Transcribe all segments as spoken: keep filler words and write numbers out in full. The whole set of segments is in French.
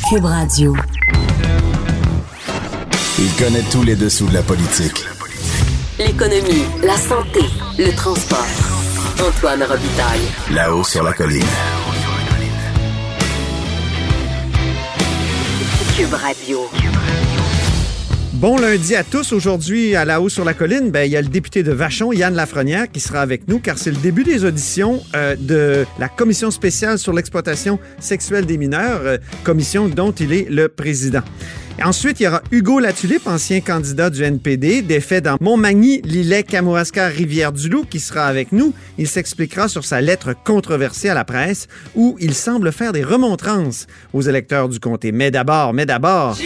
Cube Radio. Il connaît tous les dessous de la politique. L'économie, la santé, le transport. Antoine Robitaille. Là-haut sur la colline. Cube Radio. Bon lundi à tous. Aujourd'hui, à La Haut sur la colline, ben, il y a le député de Vachon, Yann Lafrenière, qui sera avec nous, car c'est le début des auditions euh, de la Commission spéciale sur l'exploitation sexuelle des mineurs, euh, commission dont il est le président. Et ensuite, il y aura Hugo Latulippe, ancien candidat du N P D, défait dans Montmagny, Lillet, Kamouraska, Rivière-du-Loup, qui sera avec nous. Il s'expliquera sur sa lettre controversée à la presse, où il semble faire des remontrances aux électeurs du comté. Mais d'abord, mais d'abord...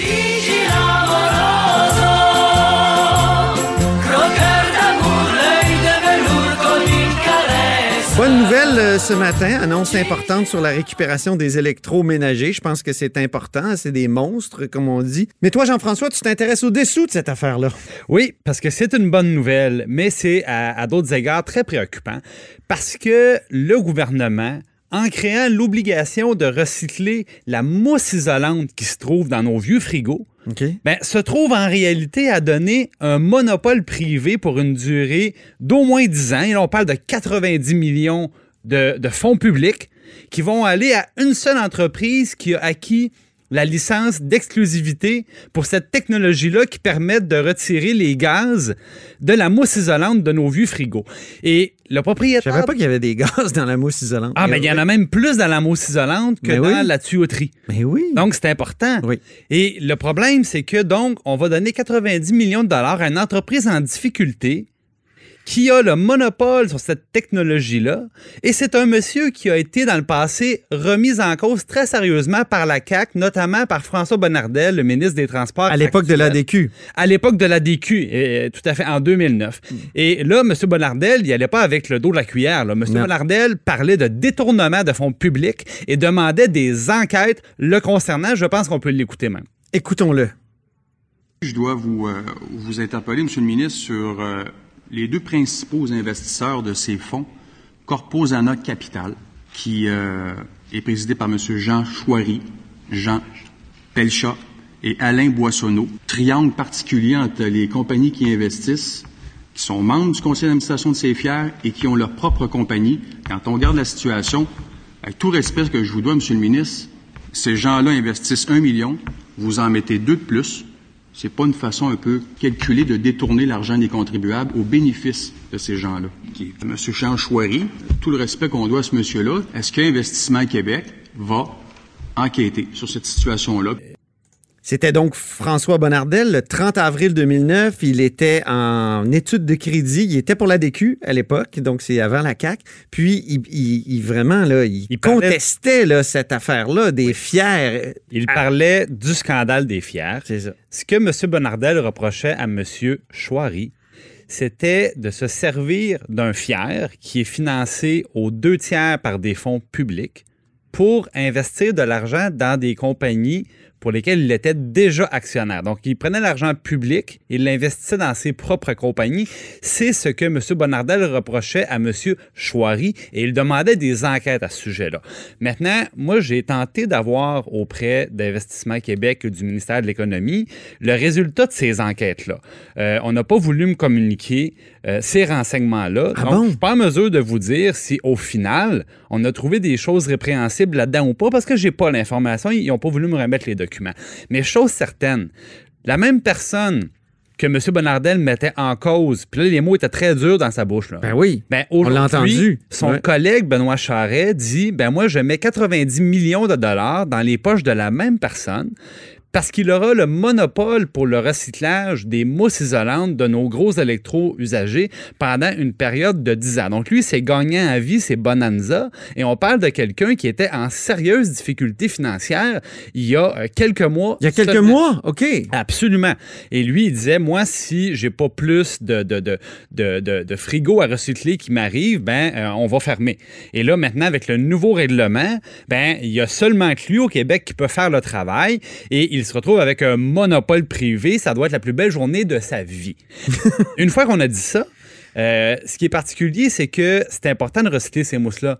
Bonne nouvelle euh, ce matin, annonce importante sur la récupération des électroménagers. Je pense que c'est important, c'est des monstres, comme on dit. Mais toi, Jean-François, tu t'intéresses au-dessous de cette affaire-là. Oui, parce que c'est une bonne nouvelle, mais c'est à, à d'autres égards très préoccupant, parce que le gouvernement, en créant l'obligation de recycler la mousse isolante qui se trouve dans nos vieux frigos, okay. ben, se trouve en réalité à donner un monopole privé pour une durée d'au moins dix ans. Et là, on parle de quatre-vingt-dix millions de, de fonds publics qui vont aller à une seule entreprise qui a acquis la licence d'exclusivité pour cette technologie-là qui permet de retirer les gaz de la mousse isolante de nos vieux frigos. Et le propriétaire... Je savais pas qu'il y avait des gaz dans la mousse isolante. Ah, mais il y en a même plus dans la mousse isolante que mais dans oui. la tuyauterie. Mais oui. Donc, c'est important. Oui. Et le problème, c'est que, donc, on va donner quatre-vingt-dix millions de dollars à une entreprise en difficulté qui a le monopole sur cette technologie-là. Et c'est un monsieur qui a été, dans le passé, remis en cause très sérieusement par la C A Q, notamment par François Bonnardel, le ministre des Transports. À l'époque actuel. de l'A D Q. À l'époque de l'A D Q, euh, tout à fait, en deux mille neuf. Mm. Et là, M. Bonnardel, il n'allait pas avec le dos de la cuillère. Là. M. Non. Bonnardel parlait de détournement de fonds publics et demandait des enquêtes le concernant. Je pense qu'on peut l'écouter même. Écoutons-le. Je dois vous, euh, vous interpeller, M. le ministre, sur... Euh, les deux principaux investisseurs de ces fonds, Corposana Capital, qui euh, est présidé par M. Jean Chouary, Jean Pelchat et Alain Boissonneau, triangle particulier entre les compagnies qui investissent, qui sont membres du conseil d'administration de Saint-Fier et qui ont leur propre compagnie. Quand on regarde la situation, avec tout respect que je vous dois, M. le ministre, ces gens-là investissent un million, vous en mettez deux de plus. C'est pas une façon un peu calculée de détourner l'argent des contribuables au bénéfice de ces gens-là. Okay. M. Jean Chouary, tout le respect qu'on doit à ce monsieur-là, est-ce qu'Investissement Québec va enquêter sur cette situation-là? C'était donc François Bonnardel, le trente avril deux mille neuf. Il était en études de crédit. Il était pour l'A D Q à l'époque, donc c'est avant la C A Q. Puis, il, il, il vraiment, là, il, il contestait là, cette affaire-là des fiers. Il à... parlait du scandale des fiers. C'est ça. Ce que M. Bonnardel reprochait à M. Chouary, c'était de se servir d'un fier qui est financé aux deux tiers par des fonds publics pour investir de l'argent dans des compagnies pour lesquels il était déjà actionnaire. Donc, il prenait l'argent public et l'investissait dans ses propres compagnies. C'est ce que M. Bonnardel reprochait à M. Chouary et il demandait des enquêtes à ce sujet-là. Maintenant, moi, j'ai tenté d'avoir auprès d'Investissement Québec et du ministère de l'Économie le résultat de ces enquêtes-là. Euh, on n'a pas voulu me communiquer euh, ces renseignements-là. Ah Donc, bon? je ne suis pas en mesure de vous dire si, au final, on a trouvé des choses répréhensibles là-dedans ou pas parce que je n'ai pas l'information. Ils n'ont pas voulu me remettre les documents. Mais chose certaine, la même personne que M. Bonnardel mettait en cause, puis là, les mots étaient très durs dans sa bouche. Là. Ben oui, ben, on l'a entendu. Son ouais. collègue Benoît Charest dit, ben moi, je mets quatre-vingt-dix millions de dollars dans les poches de la même personne parce qu'il aura le monopole pour le recyclage des mousses isolantes de nos gros électro-usagers pendant une période de dix ans. Donc lui, c'est gagnant à vie, c'est bonanza. Et on parle de quelqu'un qui était en sérieuse difficulté financière il y a quelques mois. Il y a quelques seulement. mois? OK. Absolument. Et lui, il disait, moi, si j'ai pas plus de, de, de, de, de, de frigo à recycler qui m'arrive, ben, euh, on va fermer. Et là, maintenant, avec le nouveau règlement, ben, il y a seulement que lui au Québec qui peut faire le travail et il se retrouve avec un monopole privé. Ça doit être la plus belle journée de sa vie. Une fois qu'on a dit ça, euh, ce qui est particulier, c'est que c'est important de recycler ces mousses-là.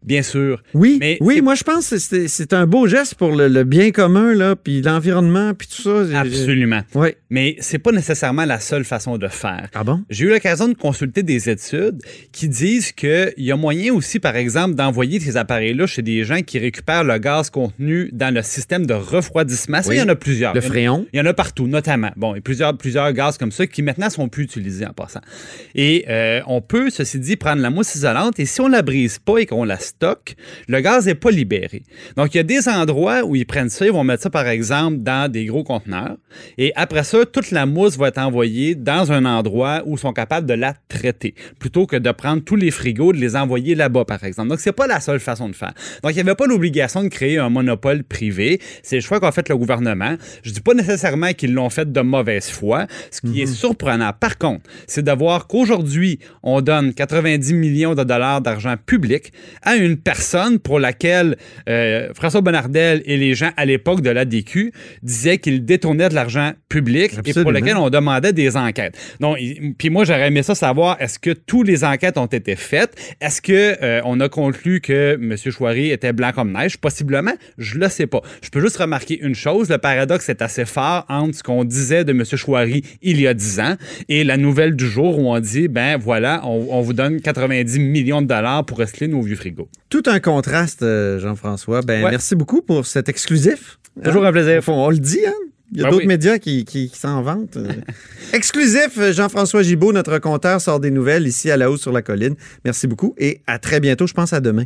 Bien sûr. Oui, mais oui, c'est... moi je pense que c'est, c'est un beau geste pour le, le bien commun, là, puis l'environnement, puis tout ça. Absolument. Oui. Mais c'est pas nécessairement la seule façon de faire. Ah bon? J'ai eu l'occasion de consulter des études qui disent qu'il y a moyen aussi, par exemple, d'envoyer ces appareils-là chez des gens qui récupèrent le gaz contenu dans le système de refroidissement. Ça, oui. il y en a plusieurs. Le fréon. Il y en a partout, notamment. Bon, il y a plusieurs, plusieurs gaz comme ça qui maintenant sont plus utilisés en passant. Et euh, on peut, ceci dit, prendre la mousse isolante et si on la brise pas et qu'on la stocke, le gaz n'est pas libéré. Donc, il y a des endroits où ils prennent ça, ils vont mettre ça, par exemple, dans des gros conteneurs. Et après ça, toute la mousse va être envoyée dans un endroit où ils sont capables de la traiter, plutôt que de prendre tous les frigos, de les envoyer là-bas, par exemple. Donc, c'est pas la seule façon de faire. Donc, il n'y avait pas l'obligation de créer un monopole privé. C'est le choix qu'a fait le gouvernement. Je dis pas nécessairement qu'ils l'ont fait de mauvaise foi. Ce qui mm-hmm. est surprenant, par contre, c'est de voir qu'aujourd'hui, on donne quatre-vingt-dix millions de dollars d'argent public à une personne pour laquelle euh, François Bonnardel et les gens à l'époque de l'A D Q disaient qu'ils détournaient de l'argent public. Absolument. Et pour lequel on demandait des enquêtes. Donc, puis moi, j'aurais aimé ça savoir, est-ce que toutes les enquêtes ont été faites? Est-ce que euh, on a conclu que M. Chouari était blanc comme neige? Possiblement, je le sais pas. Je peux juste remarquer une chose, le paradoxe est assez fort entre ce qu'on disait de M. Chouari il y a dix ans et la nouvelle du jour où on dit, ben voilà, on, on vous donne quatre-vingt-dix millions de dollars pour recycler nos vieux frigos. Tout un contraste, Jean-François. Ben, ouais. Merci beaucoup pour cet exclusif. Toujours hein? un plaisir. On le dit, hein? Il y a ben d'autres oui. médias qui, qui, qui s'en vantent. Exclusif, Jean-François Gibault, notre compteur, sort des nouvelles ici à La Haut sur la Colline. Merci beaucoup et à très bientôt. Je pense à demain.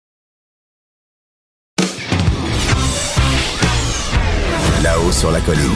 Là-haut sur la colline.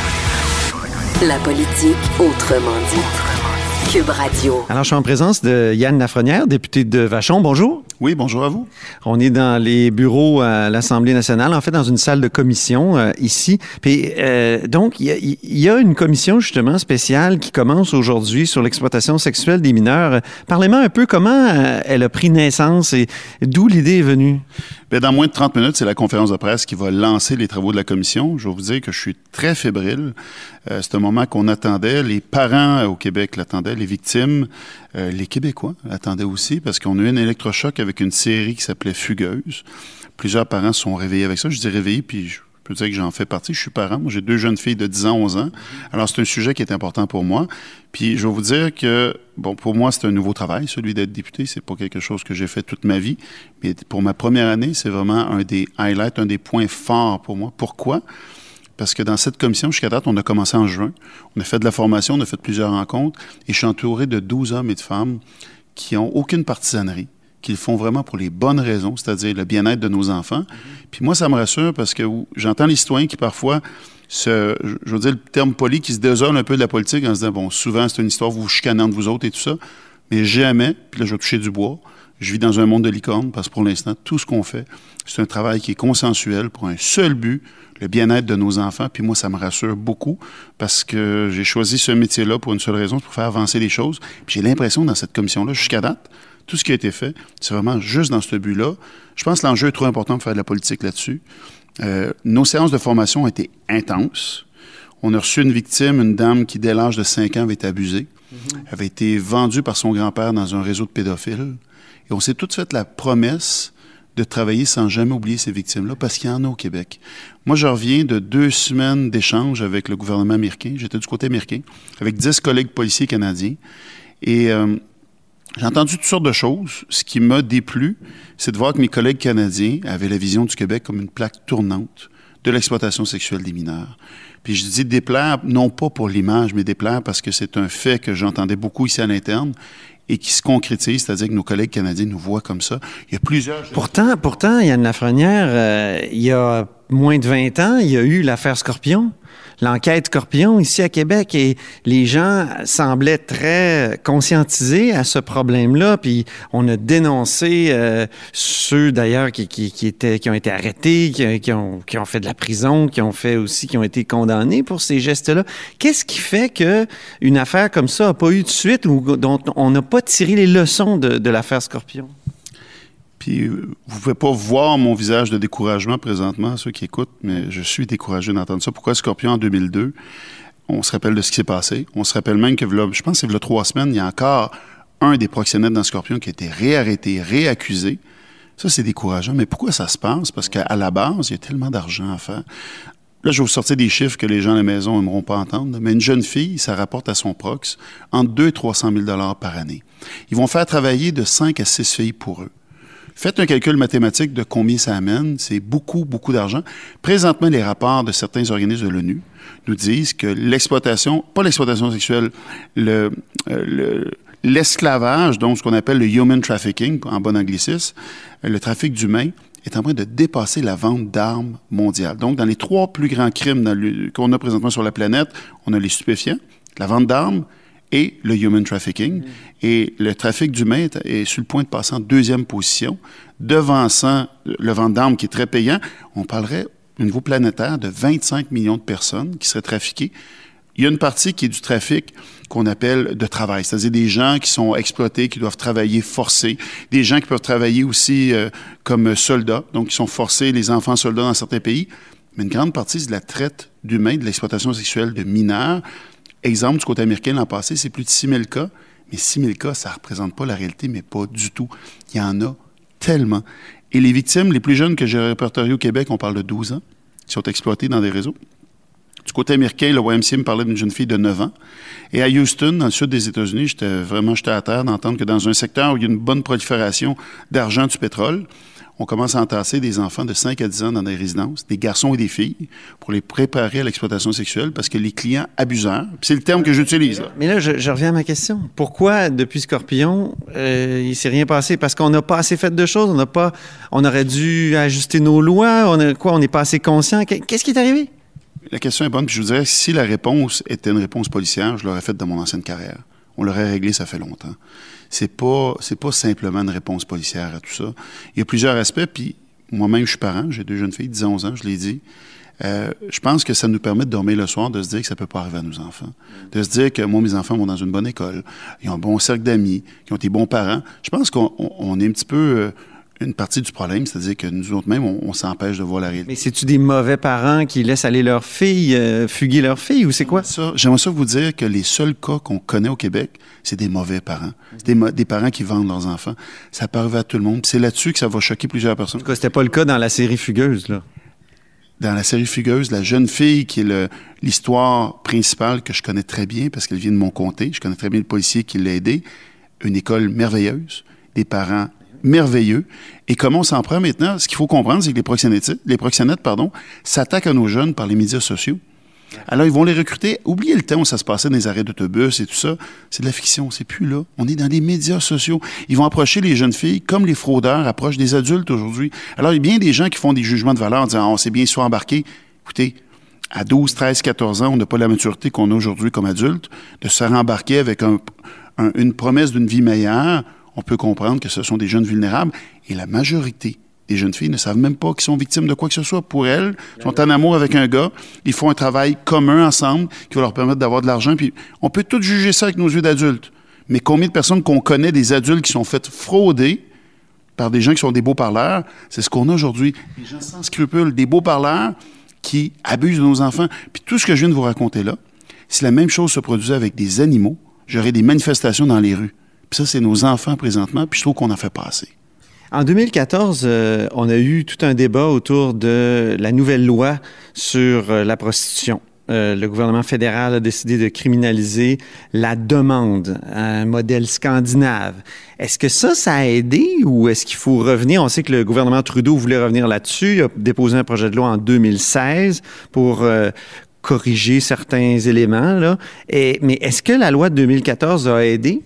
La politique autrement dite. Cube Radio. Alors, je suis en présence de Yann Lafrenière, député de Vachon. Bonjour. Oui, bonjour à vous. On est dans les bureaux à l'Assemblée nationale, en fait, dans une salle de commission euh, ici. Puis, euh, donc, il y, y a une commission, justement, spéciale qui commence aujourd'hui sur l'exploitation sexuelle des mineurs. Parlez-moi un peu comment euh, elle a pris naissance et d'où l'idée est venue. Bien, dans moins de trente minutes, c'est la conférence de presse qui va lancer les travaux de la commission. Je vais vous dire que je suis très fébrile. Euh, c'est un moment qu'on attendait. Les parents au Québec l'attendaient, les victimes, euh, les Québécois l'attendaient aussi parce qu'on a eu un électrochoc avec une série qui s'appelait Fugueuse. Plusieurs parents se sont réveillés avec ça. Je dis réveillés, puis je peux dire que j'en fais partie. Je suis parent. Moi, j'ai deux jeunes filles de dix ans, onze ans. Alors, c'est un sujet qui est important pour moi. Puis, je vais vous dire que, bon, pour moi, c'est un nouveau travail, celui d'être député. C'est pas quelque chose que j'ai fait toute ma vie. Mais pour ma première année, c'est vraiment un des highlights, un des points forts pour moi. Pourquoi? Parce que dans cette commission, jusqu'à date, on a commencé en juin. On a fait de la formation, on a fait plusieurs rencontres. Et je suis entouré de douze hommes et de femmes qui ont aucune partisanerie, qui le font vraiment pour les bonnes raisons, c'est-à-dire le bien-être de nos enfants. Mm-hmm. Puis moi, ça me rassure parce que j'entends les citoyens qui parfois, se, je veux dire le terme poli, qui se désolent un peu de la politique en se disant, bon, souvent c'est une histoire, vous vous chicanez entre vous autres et tout ça, mais jamais, puis là je vais toucher du bois, je vis dans un monde de licorne parce que pour l'instant, tout ce qu'on fait, c'est un travail qui est consensuel pour un seul but, le bien-être de nos enfants. Puis moi, ça me rassure beaucoup parce que j'ai choisi ce métier-là pour une seule raison, pour faire avancer les choses. Puis j'ai l'impression dans cette commission-là, jusqu'à date, tout ce qui a été fait, c'est vraiment juste dans ce but-là. Je pense que l'enjeu est trop important pour faire de la politique là-dessus. Euh, nos séances de formation ont été intenses. On a reçu une victime, une dame qui, dès l'âge de cinq ans, avait été abusée. Mm-hmm. avait été vendue par son grand-père dans un réseau de pédophiles. Et on s'est toutes fait la promesse de travailler sans jamais oublier ces victimes-là, parce qu'il y en a au Québec. Moi, je reviens de deux semaines d'échanges avec le gouvernement américain. J'étais du côté américain, avec dix collègues policiers canadiens. Et euh, j'ai entendu toutes sortes de choses. Ce qui m'a déplu, c'est de voir que mes collègues canadiens avaient la vision du Québec comme une plaque tournante de l'exploitation sexuelle des mineurs. Puis je dis déplaire, non pas pour l'image, mais déplaire parce que c'est un fait que j'entendais beaucoup ici à l'interne et qui se concrétise, c'est-à-dire que nos collègues canadiens nous voient comme ça. Il y a plusieurs... Pourtant, pourtant, Yann Lafrenière, euh, il y a moins de vingt ans, il y a eu l'affaire Scorpion, l'enquête Scorpion ici à Québec, et les gens semblaient très conscientisés à ce problème-là, puis on a dénoncé euh, ceux d'ailleurs qui, qui, qui, étaient, qui ont été arrêtés, qui, qui, ont, qui ont fait de la prison, qui ont fait aussi, qui ont été condamnés pour ces gestes-là. Qu'est-ce qui fait que une affaire comme ça n'a pas eu de suite ou dont on n'a pas tiré les leçons de, de l'affaire Scorpion? Puis, vous ne pouvez pas voir mon visage de découragement présentement, ceux qui écoutent, mais je suis découragé d'entendre ça. Pourquoi Scorpion en deux mille deux? On se rappelle de ce qui s'est passé. On se rappelle même que, je pense que c'est il y a trois semaines, il y a encore un des proxénètes dans Scorpion qui a été réarrêté, réaccusé. Ça, c'est décourageant. Mais pourquoi ça se passe? Parce qu'à la base, il y a tellement d'argent à faire. Là, je vais vous sortir des chiffres que les gens à la maison n'aimeront pas entendre, mais une jeune fille, ça rapporte à son prox entre deux et trois cent mille dollars par année. Ils vont faire travailler de cinq à six filles pour eux. Faites un calcul mathématique de combien ça amène. C'est beaucoup, beaucoup d'argent. Présentement, les rapports de certains organismes de l'ONU nous disent que l'exploitation, pas l'exploitation sexuelle, le, euh, le, l'esclavage, donc ce qu'on appelle le human trafficking, en bon anglicisme, le trafic d'humains, est en train de dépasser la vente d'armes mondiale. Donc, dans les trois plus grands crimes dans le, qu'on a présentement sur la planète, on a les stupéfiants, la vente d'armes, et le human trafficking. Mmh. Et le trafic d'humains est, est sur le point de passer en deuxième position, devançant le vente d'armes qui est très payant. On parlerait, au niveau planétaire, de vingt-cinq millions de personnes qui seraient trafiquées. Il y a une partie qui est du trafic qu'on appelle de travail, c'est-à-dire des gens qui sont exploités, qui doivent travailler forcés, des gens qui peuvent travailler aussi euh, comme soldats, donc qui sont forcés, les enfants soldats dans certains pays. Mais une grande partie, c'est de la traite d'humains, de l'exploitation sexuelle de mineurs. Exemple, du côté américain, l'an passé, c'est plus de six mille cas. Mais six mille cas, ça ne représente pas la réalité, mais pas du tout. Il y en a tellement. Et les victimes, les plus jeunes que j'ai répertoriées au Québec, on parle de douze ans, qui sont exploitées dans des réseaux. Du côté américain, le Y M C A me parlait d'une jeune fille de neuf ans. Et à Houston, dans le sud des États-Unis, j'étais vraiment jeté à terre d'entendre que dans un secteur où il y a une bonne prolifération d'argent du pétrole, on commence à entasser des enfants de cinq à dix ans dans des résidences, des garçons et des filles, pour les préparer à l'exploitation sexuelle parce que les clients abuseurs, puis c'est le terme que j'utilise. Là. Mais là, je, je reviens à ma question. Pourquoi, depuis Scorpion, euh, il ne s'est rien passé? Parce qu'on n'a pas assez fait de choses, on n'a pas, on aurait dû ajuster nos lois, on a, quoi, on n'est pas assez conscient. Qu'est-ce qui est arrivé? La question est bonne, puis je vous dirais, si la réponse était une réponse policière, je l'aurais faite dans mon ancienne carrière. On l'aurait réglé, ça fait longtemps. C'est pas, c'est pas simplement une réponse policière à tout ça. Il y a plusieurs aspects, puis moi-même, je suis parent, j'ai deux jeunes filles, dix, onze ans, je l'ai dit. Euh, je pense que ça nous permet de dormir le soir, de se dire que ça peut pas arriver à nos enfants. De se dire que moi, mes enfants vont dans une bonne école, ils ont un bon cercle d'amis, ils ont des bons parents. Je pense qu'on on, on est un petit peu... Euh, une partie du problème, c'est-à-dire que nous autres mêmes, on, on s'empêche de voir la réalité. Mais c'est-tu des mauvais parents qui laissent aller leurs filles, euh, fuguer leurs filles, ou c'est quoi? Ça, j'aimerais ça vous dire que les seuls cas qu'on connaît au Québec, c'est des mauvais parents. C'est des, mo- des parents qui vendent leurs enfants. Ça peut arriver à tout le monde. Puis c'est là-dessus que ça va choquer plusieurs personnes. En tout cas, c'était pas le cas dans la série Fugueuse, là. Dans la série Fugueuse, la jeune fille qui est le, l'histoire principale que je connais très bien, parce qu'elle vient de mon comté, je connais très bien le policier qui l'a aidé, une école merveilleuse, des parents merveilleux. Et comment on s'en prend maintenant? Ce qu'il faut comprendre, c'est que les proxénètes, les proxénètes, pardon, s'attaquent à nos jeunes par les médias sociaux. Alors, ils vont les recruter. Oubliez le temps où ça se passait dans les arrêts d'autobus et tout ça. C'est de la fiction. C'est plus là. On est dans les médias sociaux. Ils vont approcher les jeunes filles comme les fraudeurs approchent des adultes aujourd'hui. Alors, il y a bien des gens qui font des jugements de valeur en disant « on s'est bien soit embarqué ». Écoutez, à douze, treize, quatorze ans, on n'a pas la maturité qu'on a aujourd'hui comme adulte, de se rembarquer avec un, un, une promesse d'une vie meilleure. On peut comprendre que ce sont des jeunes vulnérables et la majorité des jeunes filles ne savent même pas qu'ils sont victimes de quoi que ce soit. Pour elles, ils sont en amour avec un gars, ils font un travail commun ensemble qui va leur permettre d'avoir de l'argent. Puis on peut tout juger ça avec nos yeux d'adultes. Mais combien de personnes qu'on connaît, des adultes qui sont faites frauder par des gens qui sont des beaux-parleurs, c'est ce qu'on a aujourd'hui. Des gens sans scrupules, des beaux-parleurs qui abusent de nos enfants. Puis tout ce que je viens de vous raconter là, si la même chose se produisait avec des animaux, j'aurais des manifestations dans les rues. Puis ça, c'est nos enfants présentement, puis je trouve qu'on n'en fait pas assez. En deux mille quatorze, euh, on a eu tout un débat autour de la nouvelle loi sur euh, la prostitution. Euh, le gouvernement fédéral a décidé de criminaliser la demande, un modèle scandinave. Est-ce que ça, ça a aidé ou est-ce qu'il faut revenir? On sait que le gouvernement Trudeau voulait revenir là-dessus. Il a déposé un projet de loi en deux mille seize pour euh, corriger certains éléments, là. Et, mais est-ce que la loi de deux mille quatorze a aidé?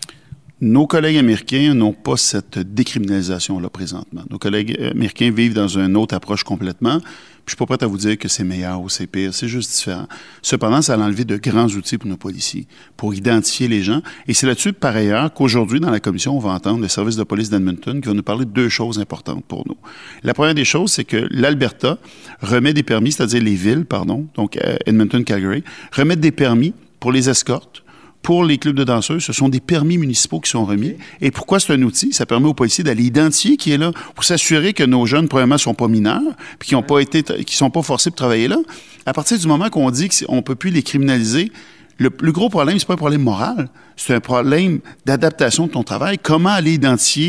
Nos collègues américains n'ont pas cette décriminalisation-là présentement. Nos collègues américains vivent dans une autre approche complètement. Puis je suis pas prêt à vous dire que c'est meilleur ou c'est pire, c'est juste différent. Cependant, ça a enlevé de grands outils pour nos policiers, pour identifier les gens. Et c'est là-dessus, par ailleurs, qu'aujourd'hui, dans la commission, on va entendre le service de police d'Edmonton qui va nous parler de deux choses importantes pour nous. La première des choses, c'est que l'Alberta remet des permis, c'est-à-dire les villes, pardon, donc Edmonton, Calgary, remettent des permis pour les escortes. Pour les clubs de danseuses, ce sont des permis municipaux qui sont remis. Okay. Et pourquoi c'est un outil? Ça permet aux policiers d'aller identifier qui est là, pour s'assurer que nos jeunes, premièrement, sont pas mineurs, puis qui ont pas été, qui sont pas forcés pour travailler là. À partir du moment qu'on dit qu'on peut plus les criminaliser, le plus gros problème, c'est pas un problème moral, c'est un problème d'adaptation de ton travail. Comment aller identifier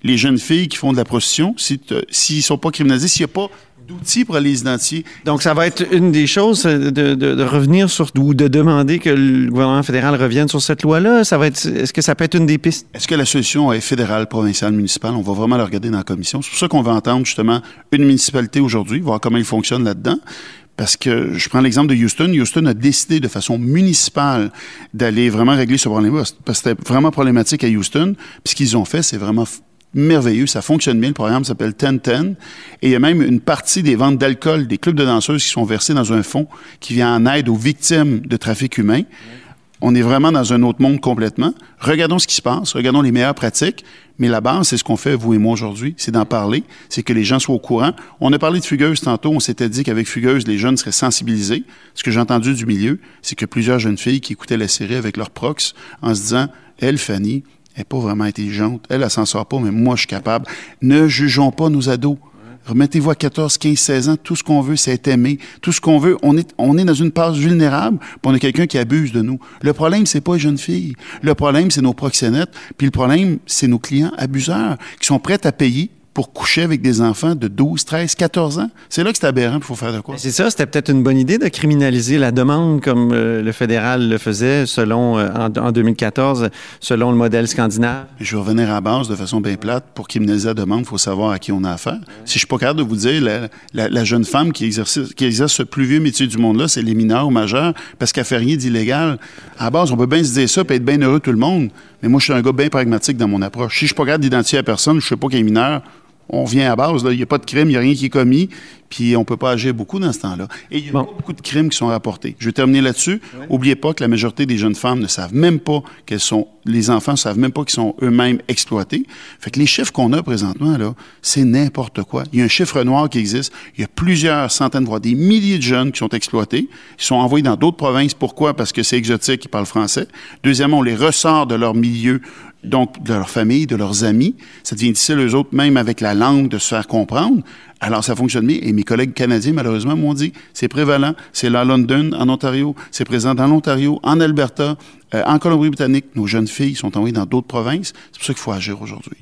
les jeunes filles qui font de la prostitution, si s'ils ne sont pas criminalisés, s'il n'y a pas d'outils pour aller les identifier. Donc, ça va être une des choses de, de, de revenir sur ou de demander que le gouvernement fédéral revienne sur cette loi-là. Ça va être, est-ce que ça peut être une des pistes? Est-ce que la solution est fédérale, provinciale, municipale? On va vraiment la regarder dans la commission. C'est pour ça qu'on va entendre justement une municipalité aujourd'hui, voir comment ils fonctionnent là-dedans. Parce que je prends l'exemple de Houston. Houston a décidé de façon municipale d'aller vraiment régler ce problème-là. Parce que c'était vraiment problématique à Houston. Puis ce qu'ils ont fait, c'est vraiment merveilleux, ça fonctionne bien. Le programme s'appelle dix dix. Et il y a même une partie des ventes d'alcool des clubs de danseuses qui sont versés dans un fonds qui vient en aide aux victimes de trafic humain. On est vraiment dans un autre monde complètement. Regardons ce qui se passe, regardons les meilleures pratiques. Mais la base, c'est ce qu'on fait, vous et moi, aujourd'hui, c'est d'en parler, c'est que les gens soient au courant. On a parlé de Fugueuse tantôt, on s'était dit qu'avec Fugueuse, les jeunes seraient sensibilisés. Ce que j'ai entendu du milieu, c'est que plusieurs jeunes filles qui écoutaient la série avec leurs prox en se disant « Elle, Fanny, elle n'est pas vraiment intelligente. Elle, elle s'en sort pas, mais moi, je suis capable. » Ne jugeons pas nos ados. Remettez-vous à quatorze, quinze, seize ans. Tout ce qu'on veut, c'est être aimé. Tout ce qu'on veut, on est, on est dans une passe vulnérable, puis on a quelqu'un qui abuse de nous. Le problème, c'est pas les jeunes filles. Le problème, c'est nos proxénètes. Puis le problème, c'est nos clients abuseurs qui sont prêts à payer pour coucher avec des enfants de douze, treize, quatorze ans. C'est là que c'est aberrant, il faut faire de quoi. C'est ça, c'était peut-être une bonne idée de criminaliser la demande comme euh, le fédéral le faisait selon euh, en, en deux mille quatorze, selon le modèle scandinave. Je vais revenir à la base de façon bien plate. Pour criminaliser la demande, il faut savoir à qui on a affaire. Si je suis pas capable de vous dire, la, la, la jeune femme qui exerce, qui exerce ce plus vieux métier du monde-là, c'est les mineurs ou majeurs, parce qu'elle fait rien d'illégal. À la base, on peut bien se dire ça et être bien heureux tout le monde, mais moi, je suis un gars bien pragmatique dans mon approche. Si je suis pas capable d'identifier la personne, je sais pas qu'il est mineur, on vient à base, là. Il n'y a pas de crime, il n'y a rien qui est commis, puis on ne peut pas agir beaucoup dans ce temps-là. Et il y a bon. pas beaucoup de crimes qui sont rapportés. Je vais terminer là-dessus. Ouais. N'oubliez pas que la majorité des jeunes femmes ne savent même pas qu'elles sont... Les enfants ne savent même pas qu'ils sont eux-mêmes exploités. Fait que les chiffres qu'on a présentement, là, c'est n'importe quoi. Il y a un chiffre noir qui existe. Il y a plusieurs centaines, voire des milliers de jeunes qui sont exploités. Ils sont envoyés dans d'autres provinces. Pourquoi? Parce que c'est exotique, ils parlent français. Deuxièmement, on les ressort de leur milieu, donc de leur famille, de leurs amis. Ça devient difficile, eux autres, même avec la langue, de se faire comprendre. Alors, ça fonctionne bien. Et mes collègues canadiens, malheureusement, m'ont dit, c'est prévalent. C'est là à London, en Ontario. C'est présent dans l'Ontario, en Alberta, euh, en Colombie-Britannique. Nos jeunes filles sont envoyées dans d'autres provinces. C'est pour ça qu'il faut agir aujourd'hui.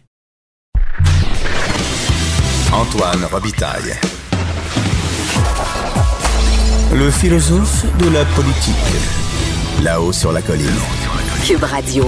Antoine Robitaille. Le philosophe de la politique. Là-haut sur la colline. Cube Radio.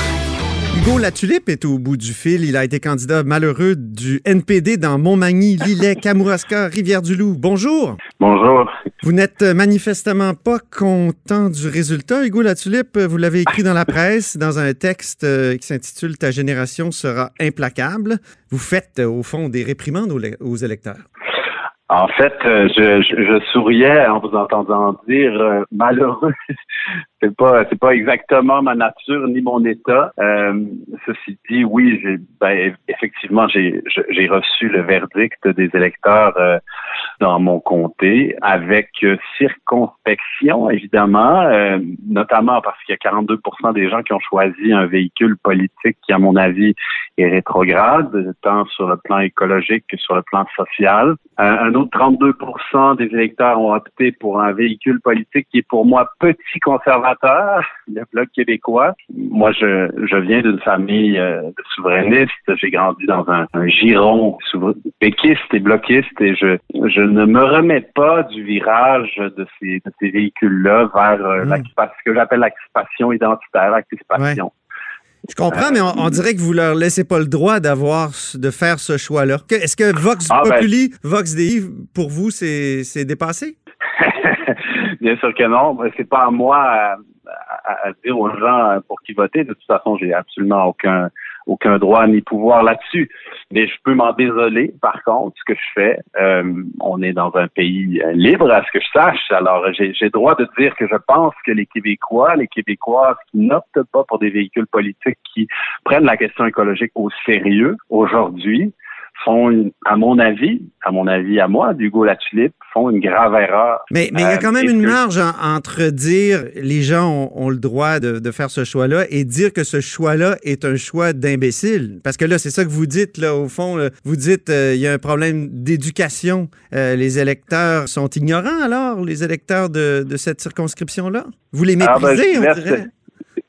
Hugo Latulippe est au bout du fil. Il a été candidat malheureux du N P D dans Montmagny, Lillet, Kamouraska, Rivière-du-Loup. Bonjour. Bonjour. Vous n'êtes manifestement pas content du résultat, Hugo Latulippe. Vous l'avez écrit dans la presse, dans un texte qui s'intitule « Ta génération sera implacable ». Vous faites, au fond, des réprimandes aux électeurs. En fait, je, je, je souriais en vous entendant dire euh, malheureux. c'est pas, c'est pas exactement ma nature ni mon état. Euh, ceci dit, oui, j'ai, ben, effectivement, j'ai, j'ai reçu le verdict des électeurs euh, dans mon comté avec euh, circonspection, évidemment, euh, notamment parce qu'il y a quarante-deux pour cent des gens qui ont choisi un véhicule politique qui, à mon avis, est rétrograde, tant sur le plan écologique que sur le plan social. Un, un autre trente-deux pour cent des électeurs ont opté pour un véhicule politique qui est pour moi petit conservateur, le Bloc québécois. Moi, je, je viens d'une famille euh, de souverainistes. J'ai grandi dans un, un giron péquiste et bloquiste et je, je ne me remets pas du virage de ces, de ces véhicules-là vers euh, mmh. ce que j'appelle l'accipation identitaire, l'accipation. Ouais. Je comprends, mais on, on dirait que vous leur laissez pas le droit d'avoir, de faire ce choix-là. Est-ce que Vox ah, Populi, ben... Vox Dei, pour vous, c'est, c'est dépassé? Bien sûr que non. C'est pas à moi à, à, à dire aux gens pour qui voter. De toute façon, j'ai absolument aucun aucun droit ni pouvoir là-dessus. Mais je peux m'en désoler, par contre, ce que je fais. Euh, on est dans un pays libre, à ce que je sache. Alors, j'ai, j'ai droit de dire que je pense que les Québécois, les Québécoises qui n'optent pas pour des véhicules politiques qui prennent la question écologique au sérieux aujourd'hui, font, une, à mon avis, à mon avis, à moi, d'Hugo Latulippe, font une grave erreur. Mais mais il y a quand même euh, une que... marge en, entre dire les gens ont, ont le droit de, de faire ce choix-là et dire que ce choix-là est un choix d'imbécile. Parce que là, c'est ça que vous dites, là, au fond. Là, vous dites euh, il y a un problème d'éducation. Euh, les électeurs sont ignorants, alors, les électeurs de, de cette circonscription-là? Vous les méprisez, ah ben, on dirait?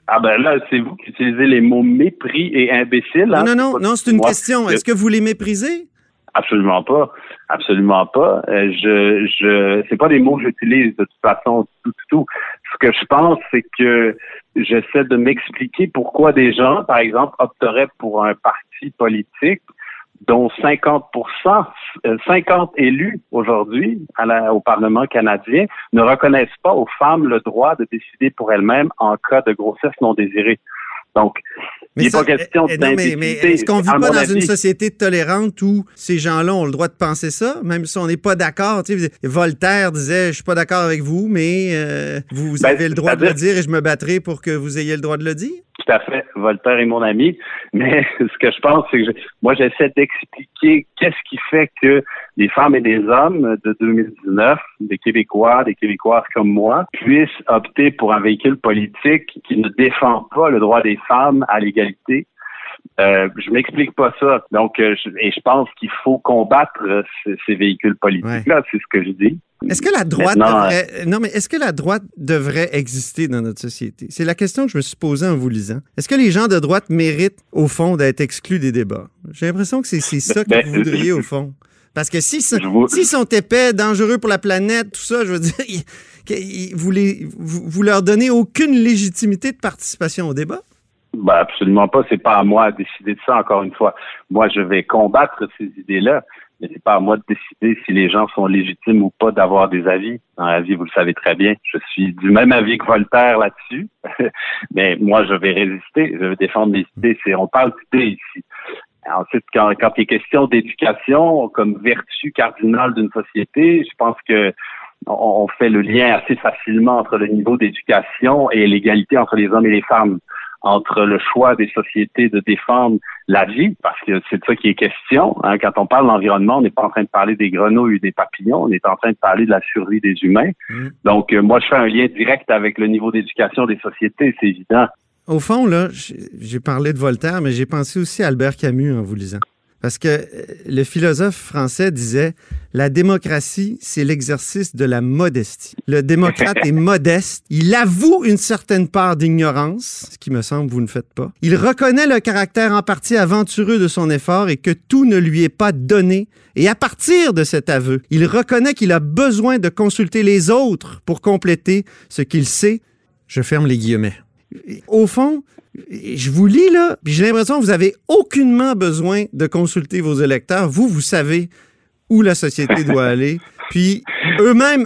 Ah ben là, c'est vous qui utilisez les mots mépris et imbécile. Non, hein? non, non, non, c'est une Moi, question. Est-ce que vous les méprisez? Absolument pas. Absolument pas. Euh, je, je, c'est pas des mots que j'utilise de toute façon, tout, tout, tout. Ce que je pense, c'est que j'essaie de m'expliquer pourquoi des gens, par exemple, opteraient pour un parti politique dont cinquante pour cent, cinquante élus aujourd'hui à la, au Parlement canadien ne reconnaissent pas aux femmes le droit de décider pour elles-mêmes en cas de grossesse non désirée. Donc, mais il n'est ça, pas question eh, de non, mais, mais est-ce qu'on ne vit pas dans avis. une société tolérante où ces gens-là ont le droit de penser ça, même si on n'est pas d'accord? Tu sais, Voltaire disait, je suis pas d'accord avec vous, mais euh, vous ben, avez le droit de le dire et je me battrai pour que vous ayez le droit de le dire? Tout à fait. Voltaire est mon ami. Mais ce que je pense, c'est que je, moi, j'essaie d'expliquer qu'est-ce qui fait que les femmes et les hommes de deux mille dix-neuf, des Québécois, des Québécoises comme moi, puissent opter pour un véhicule politique qui ne défend pas le droit des femmes à l'égalité. Euh, je m'explique pas ça. Donc, euh, je, et je pense qu'il faut combattre euh, ces, ces véhicules politiques-là. Ouais. C'est ce que je dis. Est-ce que la droite Maintenant, devrait... euh... non, mais est-ce que la droite devrait exister dans notre société? C'est la question que je me suis posée en vous lisant. Est-ce que les gens de droite méritent, au fond, d'être exclus des débats? J'ai l'impression que c'est, c'est ça ben, que vous voudriez, au fond. Parce que s'ils si, vous... si sont épais, dangereux pour la planète, tout ça, je veux dire, ils, ils, vous, les, vous, vous leur donnez aucune légitimité de participation au débat? Ben absolument pas. C'est pas à moi de décider de ça, encore une fois. Moi, je vais combattre ces idées-là, mais c'est pas à moi de décider si les gens sont légitimes ou pas d'avoir des avis. Dans la vie, vous le savez très bien. Je suis du même avis que Voltaire là-dessus. Mais moi, je vais résister. Je vais défendre mes idées. C'est, on parle d'idées ici. Ensuite, quand, quand il est question d'éducation comme vertu cardinale d'une société, je pense que on fait le lien assez facilement entre le niveau d'éducation et l'égalité entre les hommes et les femmes, entre le choix des sociétés de défendre la vie, parce que c'est de ça qui est question. Hein. Quand on parle d'environnement, on n'est pas en train de parler des grenouilles ou des papillons, on est en train de parler de la survie des humains. Mmh. Donc, euh, moi, je fais un lien direct avec le niveau d'éducation des sociétés, c'est évident. Au fond, là, j'ai parlé de Voltaire, mais j'ai pensé aussi à Albert Camus en vous lisant. Parce que le philosophe français disait « La démocratie, c'est l'exercice de la modestie. Le démocrate est modeste, il avoue une certaine part d'ignorance, ce qui me semble vous ne faites pas. Il reconnaît le caractère en partie aventureux de son effort et que tout ne lui est pas donné. Et à partir de cet aveu, il reconnaît qu'il a besoin de consulter les autres pour compléter ce qu'il sait. » Je ferme les guillemets. Au fond, je vous lis là, puis j'ai l'impression que vous avez aucunement besoin de consulter vos électeurs. Vous, vous savez où la société doit aller, puis eux-mêmes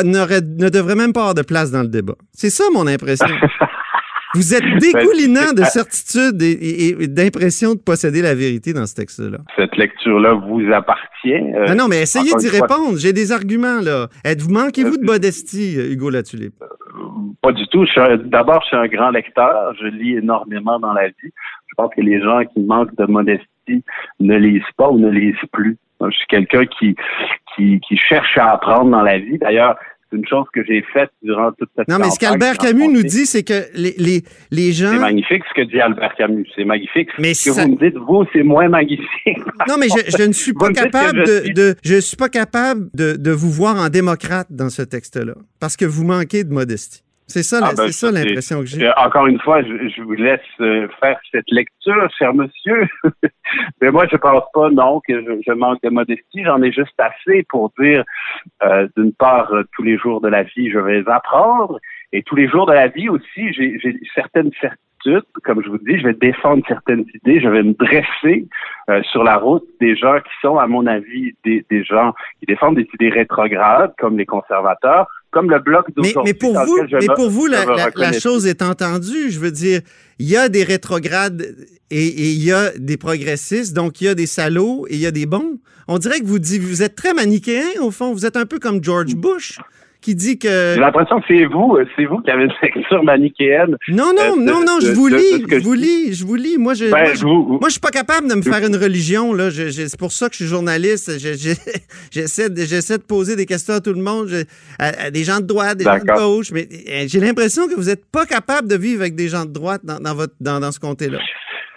ne devraient même pas avoir de place dans le débat. C'est ça mon impression. Vous êtes dégoulinant de certitude et, et, et d'impression de posséder la vérité dans ce texte-là. Cette lecture-là vous appartient. Euh, ah non, mais essayez d'y répondre. J'ai des arguments, là. Êtes-vous, manquez-vous de modestie, Hugo Latulippe? Euh, pas du tout. Je suis un, d'abord, je suis un grand lecteur. Je lis énormément dans la vie. Je pense que les gens qui manquent de modestie ne lisent pas ou ne lisent plus. Je suis quelqu'un qui, qui, qui cherche à apprendre dans la vie. D'ailleurs, c'est une chose que j'ai faite durant toute cette Non, mais ce qu'Albert Camus nous dit, c'est que les, les, les gens... C'est magnifique ce que dit Albert Camus, c'est magnifique. Mais ce que ça... vous me dites, vous, c'est moins magnifique. Non, mais je, je ne suis pas capable je de, suis... de... Je suis pas capable de, de vous voir en démocrate dans ce texte-là, parce que vous manquez de modestie. C'est ça, ah ben, c'est ça l'impression que j'ai. Encore une fois, je, je vous laisse euh, faire cette lecture, cher monsieur. Mais moi, je pense pas, non, que je, je manque de modestie. J'en ai juste assez pour dire, euh, d'une part, euh, tous les jours de la vie, je vais apprendre. Et tous les jours de la vie aussi, j'ai, j'ai certaines certitudes. Comme je vous dis, je vais défendre certaines idées. Je vais me dresser euh, sur la route des gens qui sont, à mon avis, des, des gens qui défendent des idées rétrogrades, comme les conservateurs, comme le bloc d'aujourd'hui. Mais, mais pour vous, mais pour vous la, la, la chose est entendue. Je veux dire, il y a des rétrogrades et, et il y a des progressistes, donc il y a des salauds et il y a des bons. On dirait que vous, dit, vous êtes très manichéen, au fond. Vous êtes un peu comme George Bush, qui dit que... J'ai l'impression que c'est vous, c'est vous qui avez une lecture manichéenne. Non, non, euh, non, non, de, je vous de, lis, de je vous lis, je vous lis. Moi, je ben, moi, je, vous, moi, je suis pas capable de me faire une religion, là. Je, je, c'est pour ça que je suis journaliste. Je, je, j'essaie, de, j'essaie de poser des questions à tout le monde, je, à, à des gens de droite, des D'accord. gens de gauche, mais j'ai l'impression que vous êtes pas capable de vivre avec des gens de droite dans, dans, votre, dans, dans ce comté-là.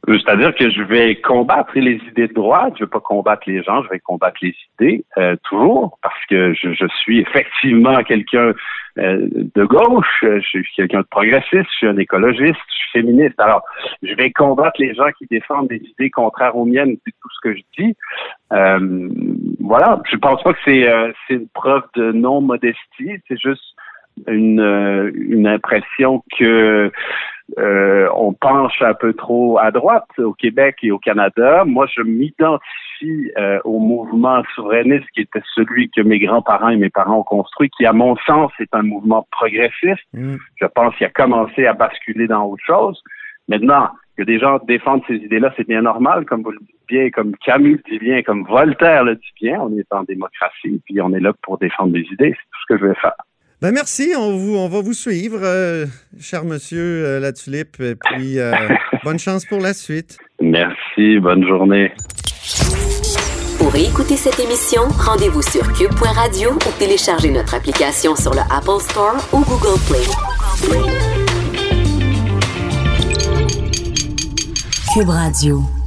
C'est-à-dire que je vais combattre les idées de droite, je vais pas combattre les gens, je vais combattre les idées, euh, toujours, parce que je, je suis effectivement quelqu'un euh, de gauche, je suis quelqu'un de progressiste, je suis un écologiste, je suis féministe. Alors, je vais combattre les gens qui défendent des idées contraires aux miennes, c'est tout ce que je dis. Euh, voilà, je pense pas que c'est, euh, c'est une preuve de non-modestie, c'est juste une, euh, une impression que euh, on penche un peu trop à droite au Québec et au Canada. Moi, je m'identifie euh, au mouvement souverainiste qui était celui que mes grands-parents et mes parents ont construit, qui, à mon sens, est un mouvement progressiste. Mmh. Je pense qu'il a commencé à basculer dans autre chose. Maintenant, que des gens défendent ces idées-là, c'est bien normal, comme vous le dites bien, comme Camus le dit bien, comme Voltaire le dit bien. On est en démocratie, puis on est là pour défendre des idées. C'est tout ce que je vais faire. Ben merci, on, vous, on va vous suivre, euh, cher monsieur euh, La Tulipe, et puis euh, bonne chance pour la suite. Merci, bonne journée. Pour écouter cette émission, rendez-vous sur cube point radio ou téléchargez notre application sur le Apple Store ou Google Play. Cube Radio.